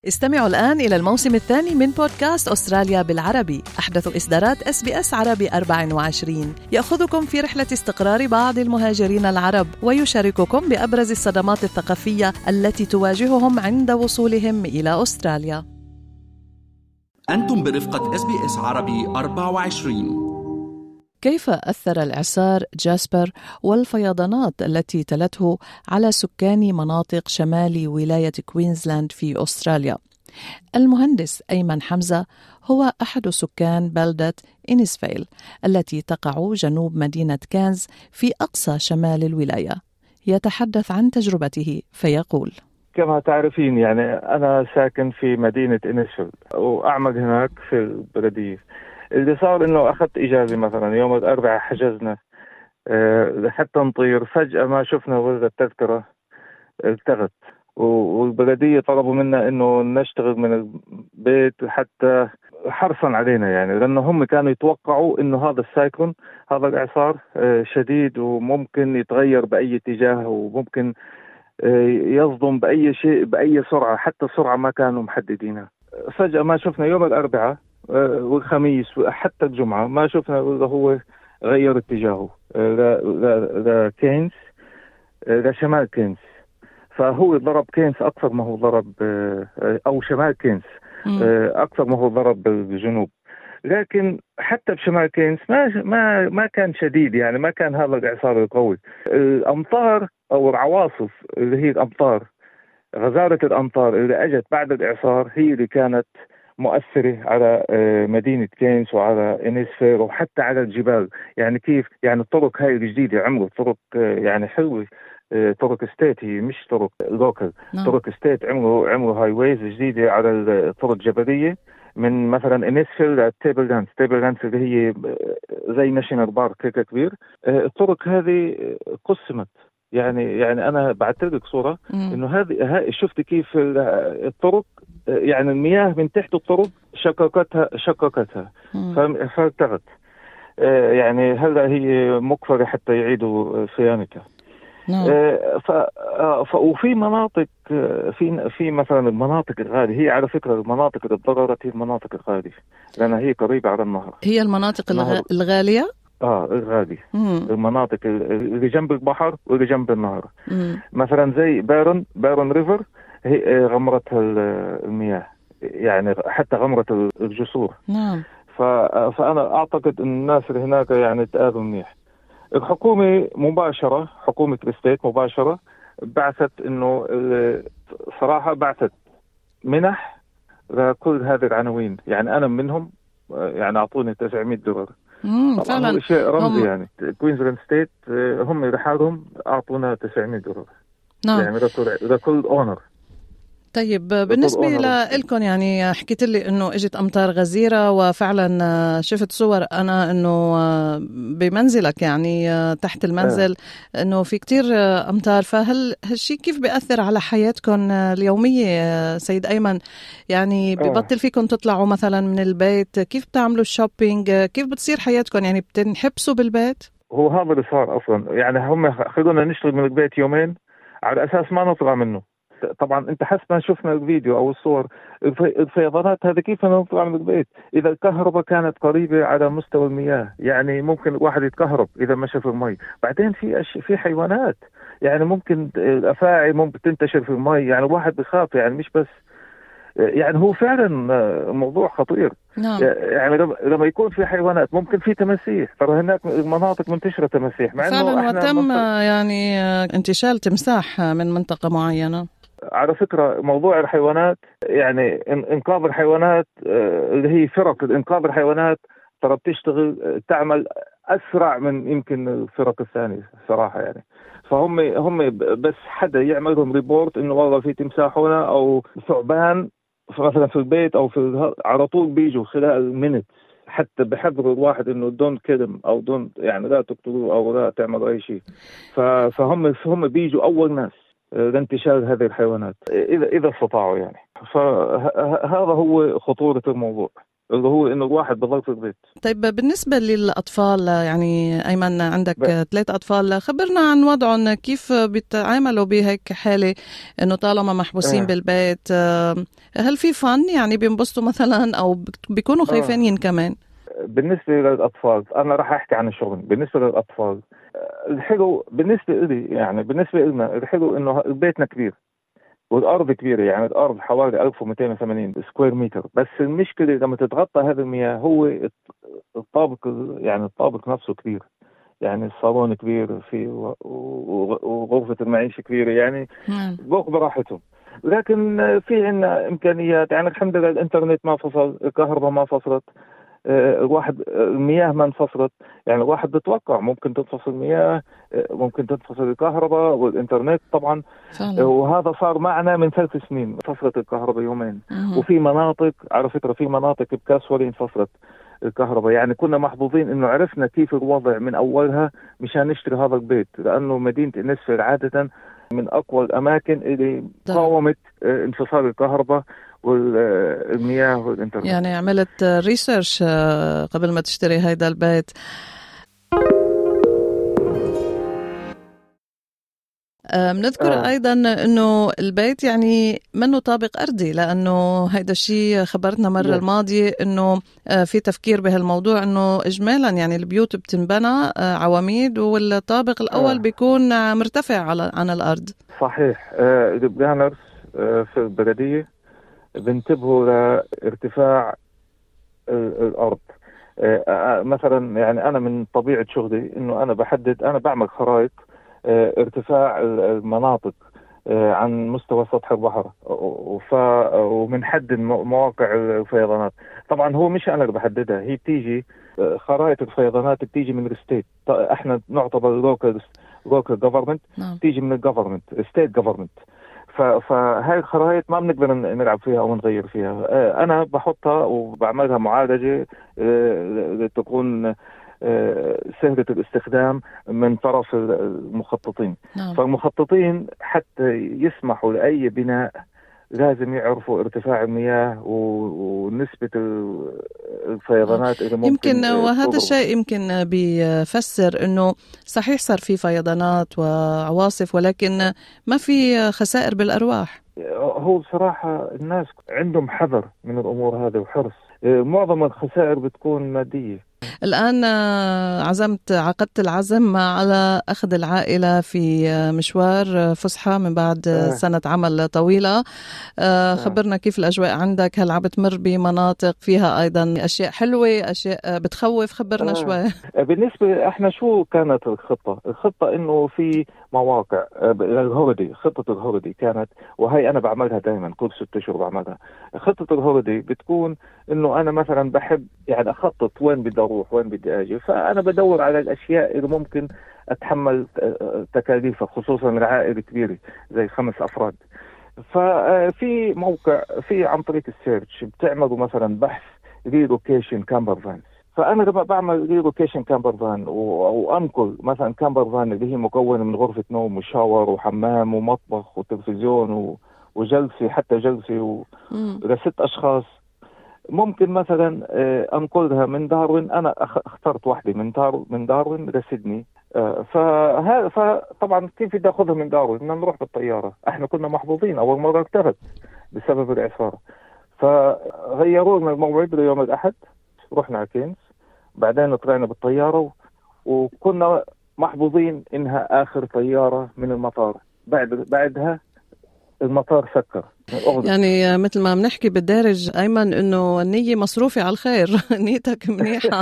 استمعوا الآن إلى الموسم الثاني من بودكاست أستراليا بالعربي، أحدث إصدارات SBS عربي 24 يأخذكم في رحلة استقرار بعض المهاجرين العرب ويشارككم بأبرز الصدمات الثقافية التي تواجههم عند وصولهم إلى أستراليا. أنتم برفقة SBS عربي 24. كيف أثر الإعصار جاسبر والفيضانات التي تلته على سكان مناطق شمال ولاية كوينزلاند في أستراليا؟ المهندس أيمن حمزة هو أحد سكان بلدة إنيسفيل التي تقع جنوب مدينة كانز في أقصى شمال الولاية. يتحدث عن تجربته فيقول: كما تعرفين يعني أنا ساكن في مدينة إنيسفيل وأعمل هناك في البلدية. اللي صار إنه أخذت إجازة مثلا يوم الأربعاء، حجزنا حتى نطير، فجأة ما شفنا ولا التذكرة التغت، والبلدية طلبوا منا إنه نشتغل من البيت حتى حرصا علينا، يعني لأنه هم كانوا يتوقعوا إنه هذا السايكلون، هذا الإعصار شديد وممكن يتغير بأي اتجاه وممكن يصدم بأي شيء بأي سرعة، حتى السرعة ما كانوا محددينها. فجأة ما شفنا يوم الأربعاء والخميس وحتى الجمعة ما شفنا ولا هو غير اتجاهه لكينز، لشمال كينز. فهو ضرب كينز أكثر ما هو ضرب، أو شمال كينز أكثر ما هو ضرب بالجنوب. لكن حتى بشمال كينز ما كان شديد، يعني ما كان هذا الإعصار القوي. الأمطار أو العواصف اللي هي الأمطار، غزارة الأمطار اللي أجت بعد الإعصار هي اللي كانت مؤثرة على مدينة كينز وعلى إنيسفيل وحتى على الجبال. يعني كيف يعني الطرق هاي الجديدة عملوا طرق يعني حلوة، طرق ستيت، هي مش طرق لوكال، طرق ستيت. عملوا هاي ويز جديدة على الطرق الجبلية من مثلا إنيسفيل لتيبل لاندز اللي هي زي ناشونال بارك هيك كبير. الطرق هذه قسمت، يعني أنا بعثت لك صورة إنه هذه شفت كيف الطرق، يعني المياه من تحت الطرق شققتها فارتغت. يعني هلا هي مقفرة حتى يعيدوا صيانتها. وفي مناطق، في مثلا المناطق الغالية، هي على فكرة المناطق اللي تضررت هي المناطق الغالية لأنها هي قريبة على النهر. هي المناطق الغالية؟ الغالية، المناطق اللي جنب البحر واللي جنب النهر. مثلا زي بارون ريفر، هي غمرتها المياه، يعني حتى غمرت الجسور. فأنا أعتقد أن الناس اللي هناك يعني تآذوا منيح. الحكومة مباشرة، حكومة الستيت مباشرة بعثت إنه صراحة بعثت منح لكل هذه العناوين، يعني أنا منهم، يعني أعطوني $900. فعلا شيء رمزي. يعني كوينزلاند ستيت هم لحالهم أعطونا $900 يعني لكل أونر. طيب بالنسبة لكم، يعني حكيت لي إنه إجت أمطار غزيرة، وفعلا شفت صور أنا إنه بمنزلك يعني تحت المنزل إنه في كتير أمطار. فهل هالشي كيف بيأثر على حياتكم اليومية سيد أيمن؟ يعني ببطل فيكم تطلعوا مثلا من البيت؟ كيف بتعملوا الشوبينج؟ كيف بتصير حياتكم؟ يعني بتنحبسوا بالبيت؟ هو هذا اللي صار أصلا، يعني هم خلونا نشتغل من البيت يومين على أساس ما نطلع منه. طبعا انت حسب ما شفنا الفيديو او الصور، الفيضانات هذه كيف نطلع من البيت؟ اذا الكهرباء كانت قريبه على مستوى المياه، يعني ممكن الواحد يتكهرب اذا مشى في المي. بعدين في حيوانات، يعني ممكن الافاعي ممكن تنتشر في المي، يعني الواحد بخاف، يعني مش بس، يعني هو فعلا موضوع خطير. يعني لما يكون في حيوانات، ممكن في تماسيح، ترى هناك المناطق منتشرة تماسيح، مع انه فعلا وتم يعني انتشال تمساح من منطقة معينة. على فكرة موضوع الحيوانات، يعني إنقاذ الحيوانات اللي هي فرق الإنقاذ الحيوانات، ترى بتشتغل تعمل أسرع من يمكن الفرق الثانية صراحة. يعني فهم بس حدا يعمل لهم ريبورت إنه والله في تمساح هنا أو ثعبان مثلا في البيت أو على طول بيجوا خلال منت، حتى بحذروا الواحد إنه دون كلم أو دون، يعني لا تقتلوه أو لا تعملوا أي شيء. فهم بيجوا أول ناس لانتشار هذه الحيوانات إذا استطاعوا. يعني فهذا هو خطورة الموضوع. اللي هو إنه الواحد بضل في البيت. طيب بالنسبة للأطفال، يعني أيمن عندك 3 أطفال، خبرنا عن وضعهم، كيف بيتعاملوا بهيك حالة إنه طالما محبوسين بالبيت؟ هل في فن يعني بينبسطوا مثلا أو بيكونوا خايفين كمان؟ بالنسبة للأطفال أنا راح أحكي عن الشغل. بالنسبة للأطفال الحلو بالنسبة لي، يعني بالنسبة لنا الحلو إنه بيتنا كبير والأرض كبيرة، يعني الأرض حوالي 1280 سكوير متر. بس المشكلة لما تتغطى هذه المياه هو الطابق، يعني الطابق نفسه كبير، يعني الصالون كبير فيه وغرفة المعيشة كبيرة، يعني بوق براحتهم. لكن في عنا إمكانيات، يعني الحمد لله الإنترنت ما فصل، الكهرباء ما فصلت، الواحد المياه ما انفصلت. يعني الواحد بتوقع ممكن تنفصل المياه، ممكن تنفصل الكهرباء والإنترنت طبعا فعلا. وهذا صار معنا من 3 سنين، فصلت الكهرباء يومين. وفي مناطق على فكرة، في مناطق بكاسولي انفصلت الكهرباء. يعني كنا محظوظين انه عرفنا كيف الوضع من اولها مشان نشتري هذا البيت، لانه مدينة إنسفيل عادة من اقوى الاماكن اللي قاومت انفصال الكهرباء والمياه والإنترنت. يعني عملت ريسيرش قبل ما تشتري هيدا البيت. بنذكر أيضا أنه البيت يعني منه طابق أرضي، لأنه هيدا الشيء خبرتنا مرة الماضية أنه في تفكير بهالموضوع، أنه إجمالا يعني البيوت بتنبنى عواميد والطابق الأول بيكون مرتفع عن الأرض. صحيح. البلانرز في البلدية بنتبهوا لارتفاع الأرض. مثلا يعني أنا من طبيعة شغلي أنه أنا بحدد، أنا بعمل خرائط ارتفاع المناطق عن مستوى سطح البحر، ومنحدد مواقع الفيضانات. طبعا هو مش أنا اللي بحددها، هي بتيجي خرائط الفيضانات بتيجي من الستيت. احنا نعتبر لوكال جوفرمنت، بتيجي من الجوفرمنت، ستيت جوفرمنت. فهاي الخرائط ما بنقدر نلعب فيها او نغير فيها. انا بحطها وبعملها معالجة لتكون سهلة الاستخدام من طرف المخططين. فالمخططين حتى يسمحوا لأي بناء لازم يعرفوا ارتفاع المياه ونسبة الفيضانات اللي ممكن. يمكن وهذا الشيء يمكن بيفسر انه صحيح صار في فيضانات وعواصف، ولكن ما في خسائر بالأرواح. هو بصراحة الناس عندهم حذر من الأمور هذه وحرص. معظم الخسائر بتكون مادية. الآن عقدت العزم على أخذ العائلة في مشوار فسحة من بعد سنة عمل طويلة. خبرنا كيف الأجواء عندك، هل عم بتمر بمناطق فيها أيضا أشياء حلوة، أشياء بتخوف؟ خبرنا شوي. بالنسبة احنا شو كانت الخطة إنه في مواقع الهوليدي، خطة الهوليدي كانت، وهي أنا بعملها دائما كل 6 أشهر بعملها. خطة الهوليدي بتكون إنه أنا مثلا بحب يعني أخطط وين بدي أروح وين بدي أجي، فأنا بدور على الأشياء اللي ممكن أتحمل تكاليفها، خصوصا العائلة كبيرة زي 5 أفراد. ففي موقع في عن طريق السيرش بتعملوا مثلا بحث ريلوكيشن كامبر فانز. فأنا لما بعمل ريلوكيشن كامبر فان وأنقل مثلا كامبر فان اللي هي مكونة من غرفة نوم وشاور وحمام ومطبخ وتلفزيون وجلسة، حتى جلسة ل6 أشخاص، ممكن مثلا أنقلها من داروين. أنا اخترت واحدة من داروين لسيدني. فطبعا كيف بدي أخذها من داروين؟ بدنا نروح بالطيارة. احنا كنا محظوظين، أول مرة ارتفت بسبب الإعصار، فغيروا لنا الموعد ليوم الأحد، رحنا على كينز، بعدين طلعنا بالطيارة وكنا محظوظين إنها آخر طيارة من المطار. بعدها المطار سكر. يعني مثل ما بنحكي بالدارج أيمن إنه النية مصروفة على الخير. نيتك منيحة.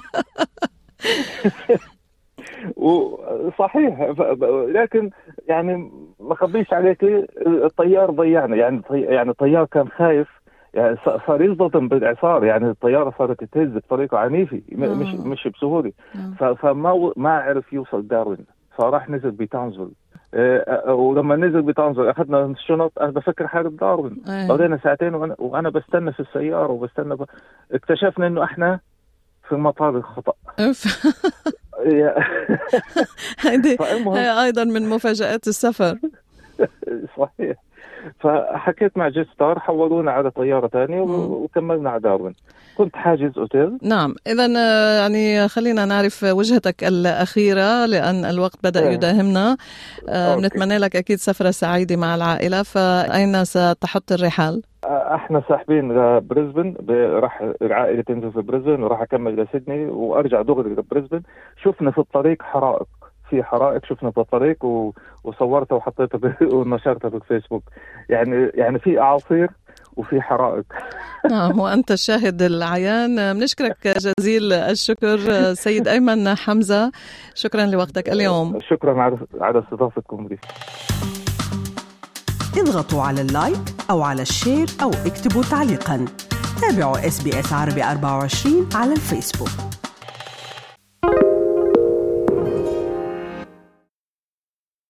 وصحيح، لكن يعني ما خبيش عليك الطيار ضيعنا. يعني الطيار كان خايف، يعني صار يصدم بالإعصار، يعني الطيارة صارت تهز بطريقة عنيفة، مش بسهولة. فما عرف يوصل داروين، فراح نزل بتاونزفيل. ولما نزل بتاونزفيل أخذنا الشنط، أنا بفكر حالي بداروين. قضينا 2 ساعتين وأنا بستنى في السيارة اكتشفنا إنه إحنا في المطار الخطأ. هي أيضا من مفاجآت السفر. صحيح. فحكيت مع جيت ستار، حولونا على طيارة تانية وكملنا على داروين. كنت حاجز أوتيل. نعم، إذن يعني خلينا نعرف وجهتك الأخيرة لأن الوقت بدأ يداهمنا. بنتمنى لك أكيد سفرة سعيدة مع العائلة. فأين ستحط الرحال؟ احنا ساحبين لبريسبن، راح العائلة تنزل في بريسبن وراح أكمل لسيدني وأرجع دغري لبريسبن. شفنا في الطريق حرائق، في حرائق شفنا في الطريق وصورتها وحطيتها ونشرتها في الفيسبوك. يعني في أعاصير وفي حرائق. نعم، وأنت الشاهد العيان. بنشكرك جزيل الشكر سيد أيمن حمزة، شكرا لوقتك اليوم. شكرا على استضافتكم لي. اضغطوا على اللايك أو على الشير أو اكتبوا تعليقا. تابعوا SBS عربي 24 على الفيسبوك.